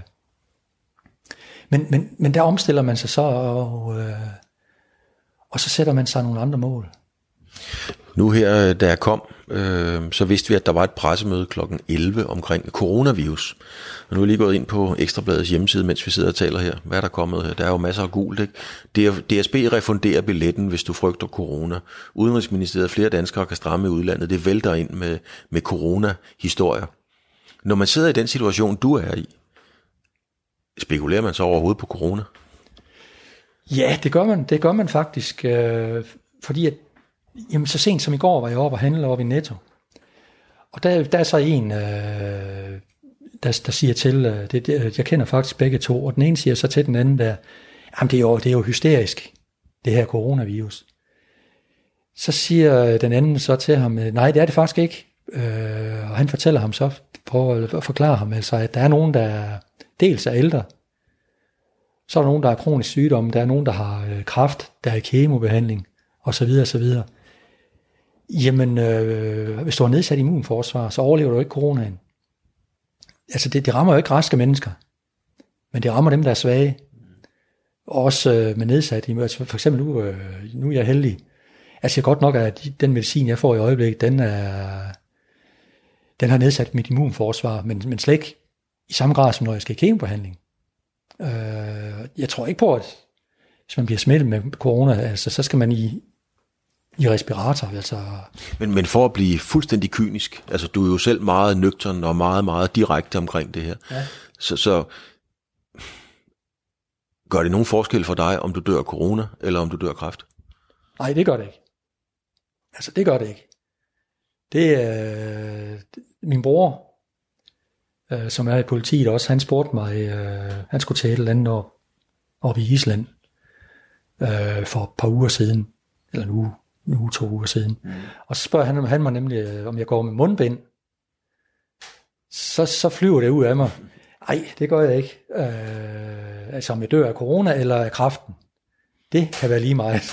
men, men, men der omstiller man sig så, og, øh, og så sætter man sig nogle andre mål. Nu her, da jeg kom, øh, så vidste vi, at der var et pressemøde klokken elleve omkring coronavirus. Og nu er jeg lige gået ind på Ekstrabladets hjemmeside, mens vi sidder og taler her. Hvad er der kommet her? Der er jo masser af gult, ikke? D S B refunderer billetten, hvis du frygter corona. Udenrigsministeriet, flere danskere kan stramme i udlandet. Det vælter ind med, med corona-historier. Når man sidder i den situation, du er i, spekulerer man så overhovedet på corona? Ja, det gør man. Det gør man faktisk. Øh, fordi at jamen, så sent som i går var jeg oppe og handle oppe i Netto. Og der, der er så en, øh, der, der siger til, øh, det, det, jeg kender faktisk begge to, og den ene siger så til den anden der, jamen det er jo, det er jo hysterisk, det her coronavirus. Så siger den anden så til ham, nej det er det faktisk ikke. Øh, og han fortæller ham så, prøver at forklare ham, altså, at der er nogen, der dels er ældre, så er der nogen, der har kronisk sygdom, der er nogen, der har øh, kræft, der er kemobehandling, og så videre, og så videre. Jamen, øh, hvis du har nedsat immunforsvar, så overlever du ikke coronaen. Altså, det, det rammer jo ikke raske mennesker, men det rammer dem, der er svage. Også øh, med nedsat immunforsvar. Altså, for eksempel nu, øh, nu er jeg heldig. Altså, jeg godt nok, at den medicin, jeg får i øjeblikket, den er, den har nedsat mit immunforsvar, men, men slet ikke i samme grad, som når jeg skal i kemobehandling. Øh, jeg tror ikke på, at hvis man bliver smittet med corona, altså, så skal man i i respirator, altså. Men, men for at blive fuldstændig kynisk, altså du er jo selv meget nøgtern og meget, meget direkte omkring det her. Ja. Så, så gør det nogen forskel for dig, om du dør af corona, eller om du dør af kræft? Nej, det gør det ikke. Altså, det gør det ikke. Det er øh, min bror, øh, som er i politiet også, han spurgte mig, øh, han skulle til et eller andet op, op i Island, øh, for et par uger siden, eller nu nu to uger siden. Mm. Og så spørger han, han mig nemlig, om jeg går med mundbind. Så, så flyver det ud af mig. Nej, det gør jeg ikke. Øh, altså om jeg dør af corona eller af kræften. Det kan være lige meget.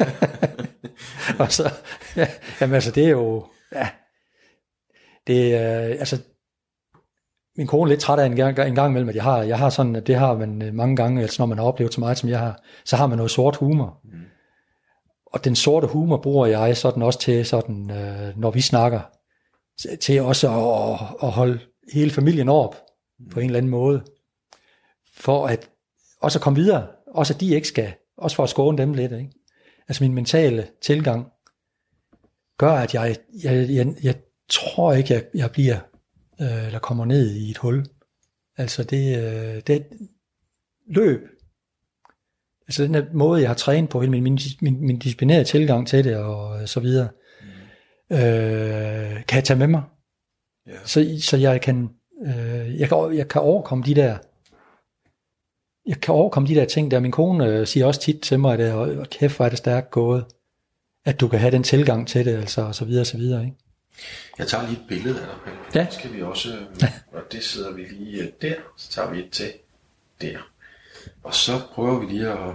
Og så, ja, jamen altså det er jo, ja, det er, øh, altså, min kone er lidt træt af en gang, en gang imellem, at jeg har, jeg har sådan, at det har man mange gange, altså når man har oplevet så meget, som jeg har, så har man noget sort humor. Mm. Og den sorte humor bruger jeg sådan også til, sådan, øh, når vi snakker, til også at, at holde hele familien op på en eller anden måde. For at også at komme videre. Også at de ikke skal. Også for at skåne dem lidt. Ikke? Altså min mentale tilgang gør, at jeg, jeg, jeg, jeg tror ikke, jeg, jeg bliver, øh, eller kommer ned i et hul. Altså det, øh, det løb. Altså den der måde, jeg har trænet på, min, min, min, min disciplinerede tilgang til det, og så videre, mm. øh, kan jeg tage med mig. Yeah. Så, så jeg kan, øh, jeg kan, jeg kan overkomme de der, jeg kan overkomme de der ting der. Min kone øh, siger også tit til mig, at og kæft, hvor er det stærkt gået, at du kan have den tilgang til det, altså, og så videre, og så videre, ikke? Jeg tager lige et billede af dig, Pelle. Ja. Det skal vi også, og det sidder vi lige der, så tager vi et til der. Og så prøver vi lige at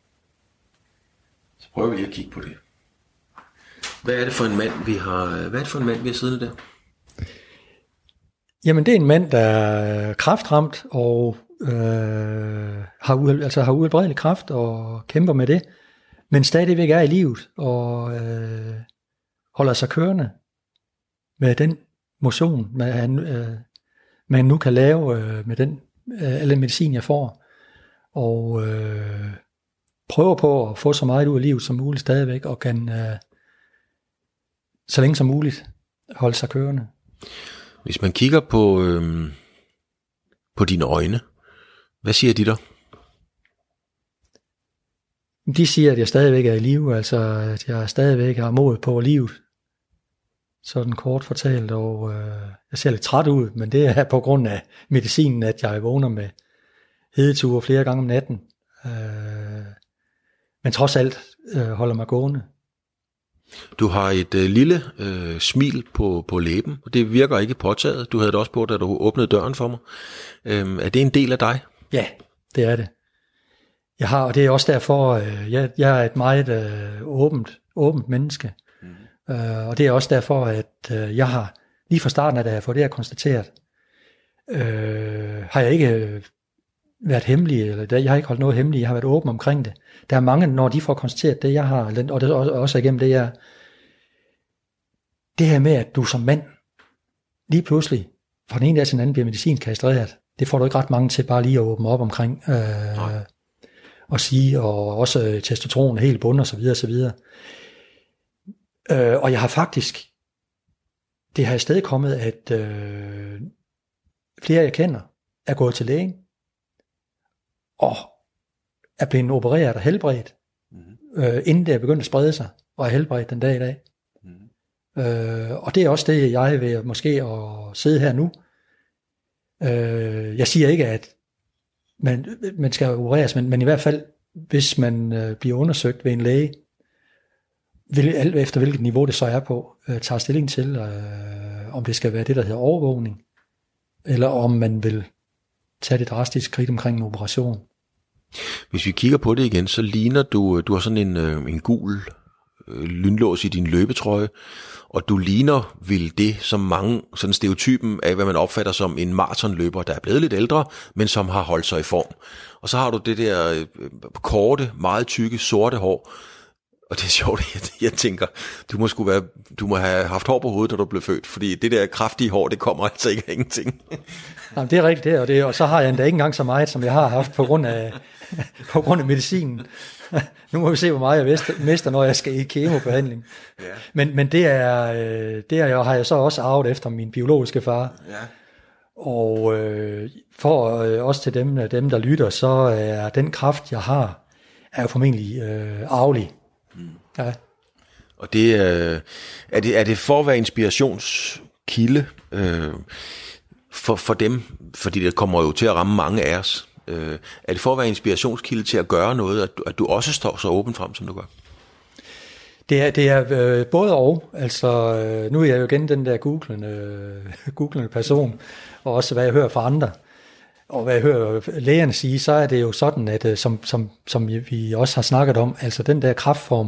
så prøver vi lige at kigge på det. Hvad er det for en mand, vi har, hvad er det for en mand, vi har siddende der? Jamen det er en mand, der er kræftramt og øh, har, uheld, altså har uhelbredelig kræft og kæmper med det, men stadigvæk er i livet og øh, holder sig kørende med den motion, man, øh, man nu kan lave øh, med den øh, alle medicin, jeg får. Og øh, prøver på at få så meget ud af livet som muligt stadigvæk, og kan øh, så længe som muligt holde sig kørende. Hvis man kigger på, øhm, på dine øjne, hvad siger de der? De siger, at jeg stadigvæk er i live, altså at jeg stadigvæk har mod på livet. Sådan kort fortalt, og øh, jeg ser lidt træt ud, men det er på grund af medicinen, at jeg vågner med hedeture flere gange om natten. Øh, men trods alt øh, holder mig gående. Du har et øh, lille øh, smil på, på læben, og det virker ikke påtaget. Du havde det også på, da du åbnede døren for mig. Øh, er det en del af dig? Ja, det er det. Jeg har, og det er også derfor, øh, jeg, jeg er et meget øh, åbent, åbent menneske. Mm. Øh, og det er også derfor, at øh, jeg har, lige fra starten af, da jeg får det her konstateret, øh, har jeg ikke øh, været hemmelig, eller jeg har ikke holdt noget hemmeligt, jeg har været åben omkring det. Der er mange, når de får konstateret det, jeg har, og det er også, også igennem det, jeg, det her med, at du som mand, lige pludselig, fra den ene dag til den anden, bliver medicinsk kastreret, det får du ikke ret mange til bare lige at åbne op omkring, øh, og sige, og også øh, testosteron helt bund, og så videre, og så videre. Øh, og jeg har faktisk, det har i stedet kommet, at øh, flere jeg kender, er gået til lægen, og er blevet opereret og helbredt, mm-hmm. øh, inden det er begyndt at sprede sig, og er helbredt den dag i dag. Mm-hmm. Øh, og det er også det, jeg vil måske at sidde her nu. Øh, jeg siger ikke, at man, man skal opereres, men, men i hvert fald, hvis man øh, bliver undersøgt ved en læge, vil, alt efter hvilket niveau det så er på, øh, tager stilling til, øh, om det skal være det, der hedder overvågning, eller om man vil tage det drastiske skridt omkring en operation. Hvis vi kigger på det igen, så ligner du, du har sådan en, en gul øh, lynlås i din løbetrøje, og du ligner vil det, som mange, sådan stereotypen af, hvad man opfatter som en maratonløber, der er blevet lidt ældre, men som har holdt sig i form. Og så har du det der øh, korte, meget tykke, sorte hår, og det er sjovt, jeg, jeg tænker, du må, sgu være, du må have haft hår på hovedet, da du blev født, fordi det der kraftige hår, det kommer altså ikke af ingenting. Jamen, det er rigtigt, det, og, det, og så har jeg endda ikke engang så meget, som jeg har haft på grund af, på grund af medicinen. Nu må vi se, hvor meget jeg mister, når jeg skal i kemobehandling. Ja. Men, men det, er, det er, har jeg så også arvet efter min biologiske far. Ja. Og øh, for øh, også til dem, dem, der lytter, så er den kraft, jeg har, er jo formentlig øh, arvelig. Mm. Ja. Og det, øh, er det er det for at være inspirationskilde øh, for, for dem, fordi det kommer jo til at ramme mange af os. Øh, er det for at være inspirationskilde til at gøre noget, at du, at du også står så åben frem, som du gør? Det er, det er øh, både og. Altså, øh, nu er jeg jo igen den der googlende, øh, googlende person, og også hvad jeg hører fra andre. Og hvad jeg hører lægerne sige, så er det jo sådan, at øh, som, som, som vi også har snakket om, altså den der kræftform,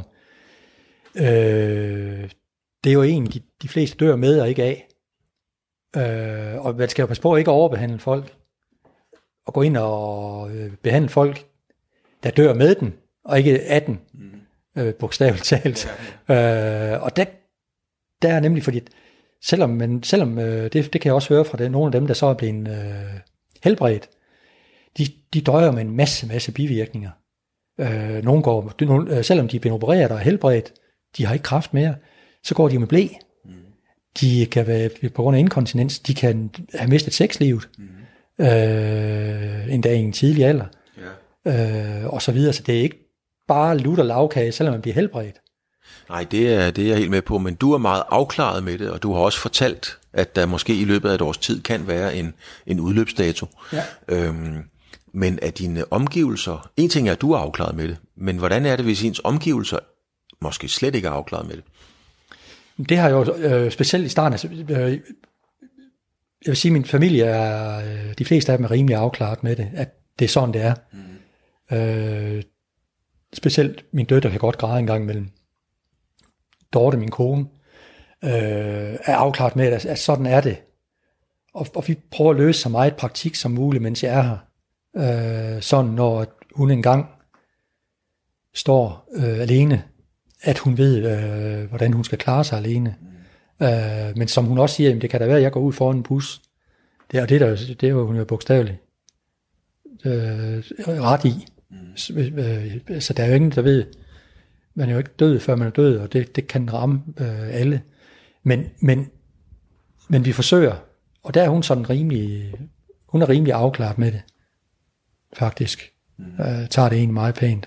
øh, det er jo en, de, de fleste dør med og ikke af. Øh, og man skal jo passe på at ikke overbehandle folk, og gå ind og øh, behandle folk, der dør med den, og ikke af den, mm. øh, bogstaveligt talt. Ja. Øh, og der, der er nemlig, fordi selvom, man, selvom øh, det, det kan jeg også høre fra det, nogle af dem, der så er blevet øh, helbredt, de, de døjer med en masse, masse bivirkninger. Øh, nogle går, nogle, øh, selvom de er blevet opereret og helbredt, de har ikke kræft mere, så går de med blæ. Mm. De kan være, på grund af inkontinens, de kan have mistet sexlivet, mm. øh, endda i en tidlig alder, ja. øh, og så videre. Så det er ikke bare lutter lavkage, selvom man bliver helbredt. Nej, det er, det er jeg helt med på, men du er meget afklaret med det, og du har også fortalt, at der måske i løbet af et års tid kan være en, en udløbsdato. Ja. Øhm, men er dine omgivelser, en ting er, at du er afklaret med det, men hvordan er det, hvis ens omgivelser måske slet ikke er afklaret med det? Det har jo øh, specielt i starten, altså, øh, jeg vil sige, at min familie er, øh, de fleste af dem er rimelig afklaret med det, at det er sådan, det er. Mm. Øh, specielt min døtter kan godt græde en gang imellem. Dorte, min kone, øh, er afklaret med, at, at sådan er det. Og, og vi prøver at løse så meget praktik som muligt, mens jeg er her. Øh, sådan, når hun engang står øh, alene, at hun ved, øh, hvordan hun skal klare sig alene. Mm. Øh, men som hun også siger, jamen, det kan da være, at jeg går ud foran en bus. Det, og det, der, det er jo hun jo bogstaveligt øh, ret i. Mm. Øh, så der er jo ingen, der ved, man er jo ikke død, før man er død, og det, det kan ramme øh, alle. Men, men, men vi forsøger, og der er hun sådan rimelig, hun er rimelig afklaret med det, faktisk. Mm. Øh, tager det egentlig meget pænt.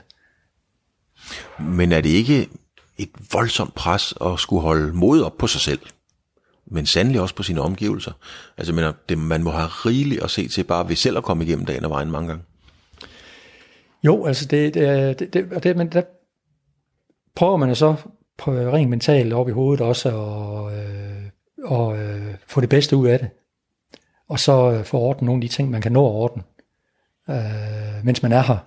Men er det ikke et voldsomt pres at skulle holde mod op på sig selv, men sandelig også på sine omgivelser? Altså, mener, det, man må have rigeligt at se til bare ved selv at komme igennem dagen og vejen mange gange. Jo, altså det, det, det, det, det men der prøver man jo så på rent mentalt op i hovedet også og, øh, og øh, få det bedste ud af det. Og så øh, få ordnet nogle af de ting, man kan nå at ordne, øh, mens man er her.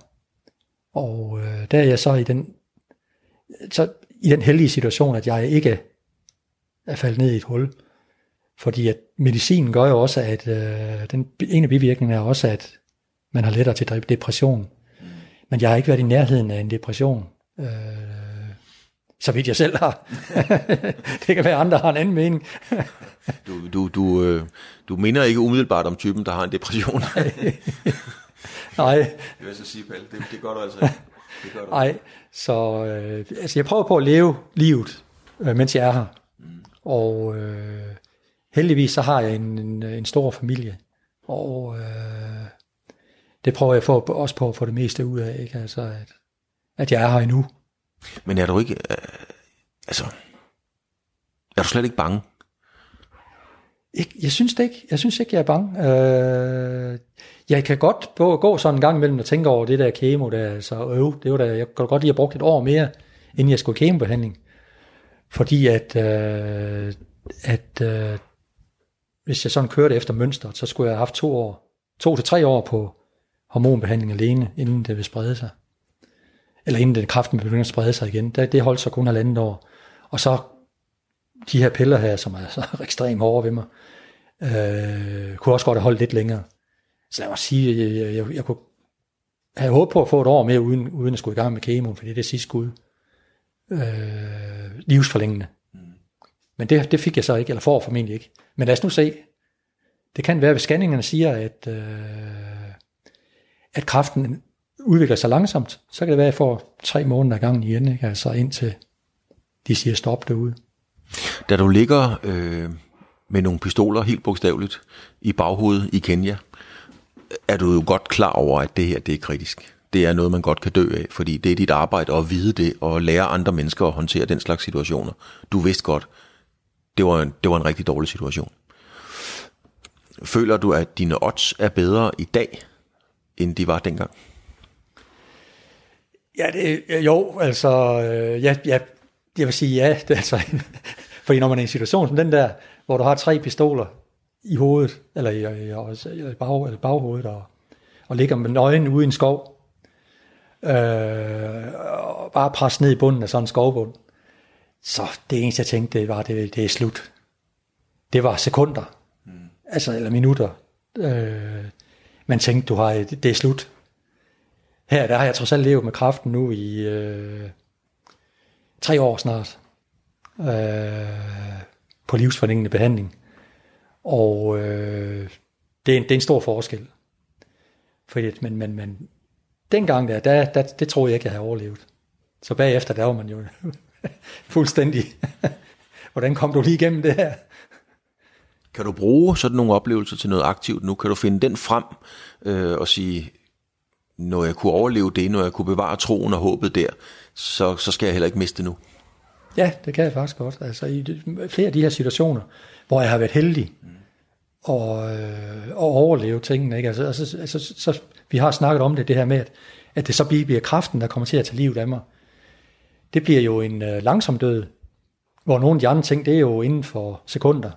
Og øh, der er jeg så i den, så i den heldige situation, at jeg ikke er faldet ned i et hul. Fordi at medicinen gør jo også, at øh, den, en af bivirkningerne er også, at man har lettere til depression. Men jeg har ikke været i nærheden af en depression. Øh, så vidt jeg selv har. Det kan være, andre har en anden mening. du, du, du, øh, du minder ikke umiddelbart om typen, der har en depression. Nej. Det vil jeg så sige, Palle. Det, det gør du altså ikke. Det gør du. Nej, så øh, altså jeg prøver på at leve livet, øh, mens jeg er her. Mm. Og øh, heldigvis så har jeg en, en, en stor familie. Og øh, det prøver jeg for, også på at få det meste ud af, ikke? Altså, at, at jeg er her endnu. Men er du ikke, øh, altså, er du slet ikke bange? Jeg, jeg synes det ikke. Jeg synes ikke, jeg er bange. Øh, jeg kan godt gå, gå sådan en gang imellem og tænke over det der kemo, der, så øv, det var da, jeg kan godt lige have brugt et år mere, inden jeg skulle i kemobehandling. Fordi at, øh, at øh, hvis jeg sådan kørte efter mønstret, så skulle jeg have haft to år, to til tre år på hormonbehandling alene, inden det vil sprede sig. Eller inden den kræften begynder at sprede sig igen. Det, det holdt så kun halvandet år. Og så de her piller her, som er så ekstremt hårde ved mig, øh, kunne også godt have holdt lidt længere. Så lad mig sige, jeg, jeg, jeg, jeg kunne have håbet på at få et år mere, uden, uden at skulle i gang med kemo, fordi det er det sidste skud. Øh, livsforlængende. Mm. Men det, det fik jeg så ikke, eller får formentlig ikke. Men lad os nu se. Det kan være, hvis scanningerne siger, at, øh, at kræften udvikler sig langsomt, så kan det være, at jeg får tre måneder ad gangen igen, ikke? Altså indtil de siger stop derude. Da du ligger øh, med nogle pistoler, helt bogstaveligt, i baghovedet i Kenya, er du jo godt klar over, at det her, det er kritisk. Det er noget, man godt kan dø af, fordi det er dit arbejde at vide det, og lære andre mennesker at håndtere den slags situationer. Du vidste godt, det var en, det var en rigtig dårlig situation. Føler du, at dine odds er bedre i dag, end de var dengang? Ja, det, jo, altså, ja, ja, jeg vil sige ja, det er altså, fordi når man er i en situation som den der, hvor du har tre pistoler i hovedet, eller i, i, i bag, eller baghovedet, og, og ligger med nøgen ude i en skov, øh, og bare presse ned i bunden af sådan en skovbund, så det eneste jeg tænkte, det var, det, det er slut. Det var sekunder, mm. altså, eller minutter. Øh, man tænkte, du har, det, det er slut. Her der har jeg trods alt levet med kræften nu i øh, tre år snart, øh, på livsforlængende behandling. Og øh, det, er en, det er en stor forskel. Fordi, men, men, men dengang der, der, der, det troede jeg ikke, jeg havde overlevet. Så bagefter, der var man jo fuldstændig, hvordan kom du lige igennem det her? Kan du bruge sådan nogle oplevelser til noget aktivt nu? Kan du finde den frem øh, og sige, når jeg kunne overleve det, når jeg kunne bevare troen og håbet der, så, så skal jeg heller ikke miste det nu? Ja, det kan jeg faktisk godt. Altså i flere af de her situationer, hvor jeg har været heldig mm. og, øh, og overleve tingene, ikke? Altså, altså, altså, så, vi har snakket om det, det her med, at, at det så bliver kraften, der kommer til at tage livet af mig. Det bliver jo en øh, langsom død, hvor nogle af de andre ting, det er jo inden for sekunder.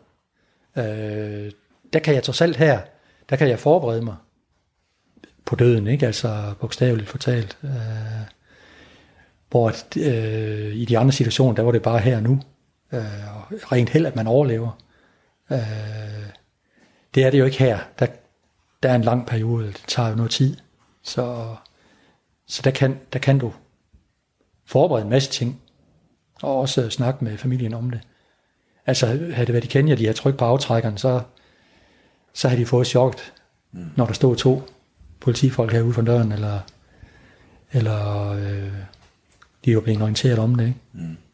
Øh, der kan jeg trods alt her, der kan jeg forberede mig på døden, ikke? Altså bogstaveligt fortalt. Øh, hvor at, øh, i de andre situationer, der var det bare her og nu. Øh, og rent held, at man overlever. Øh, det er det jo ikke her. Der, der er en lang periode, det tager jo noget tid. Så, så der, kan, der kan du forberede en masse ting, og også snakke med familien om det. Altså havde det været i Kenya, de havde trykt på aftrækkeren, så, så havde de fået chokket, mm. når der stod to politifolk herude for døren, eller, eller øh, de var blevet orienteret om det, ikke? Mm.